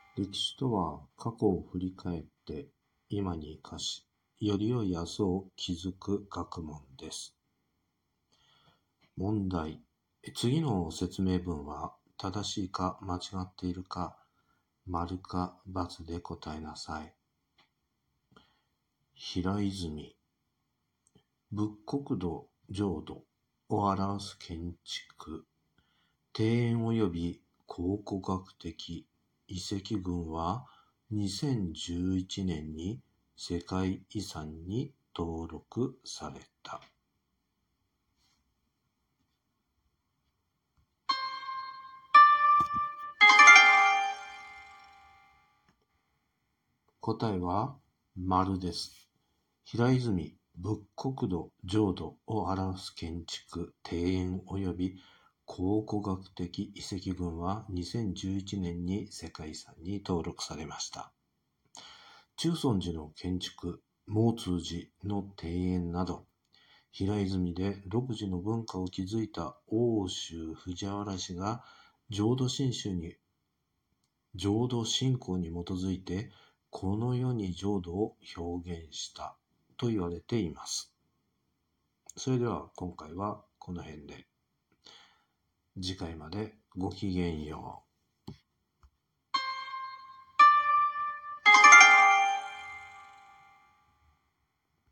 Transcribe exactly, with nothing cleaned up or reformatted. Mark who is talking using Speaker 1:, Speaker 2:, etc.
Speaker 1: 歴史とは過去を振り返って今に生かし、より良い明日を築く学問です。問題。次の説明文は正しいか間違っているか、丸か×で答えなさい。平泉。仏国土浄土を表す建築、庭園及び考古学的遺跡群はにせんじゅういちねんに世界遺産に登録された。答えは丸です。平泉仏国土浄土を表す建築、庭園及び考古学的遺跡群はにせんじゅういちねんに世界遺産に登録されました。中尊寺の建築、毛通寺の庭園など、平泉で独自の文化を築いた奥州藤原氏が浄土真宗に、浄土信仰に基づいて、この世に浄土を表現したと言われています。それでは今回はこの辺で。次回までごきげんよう。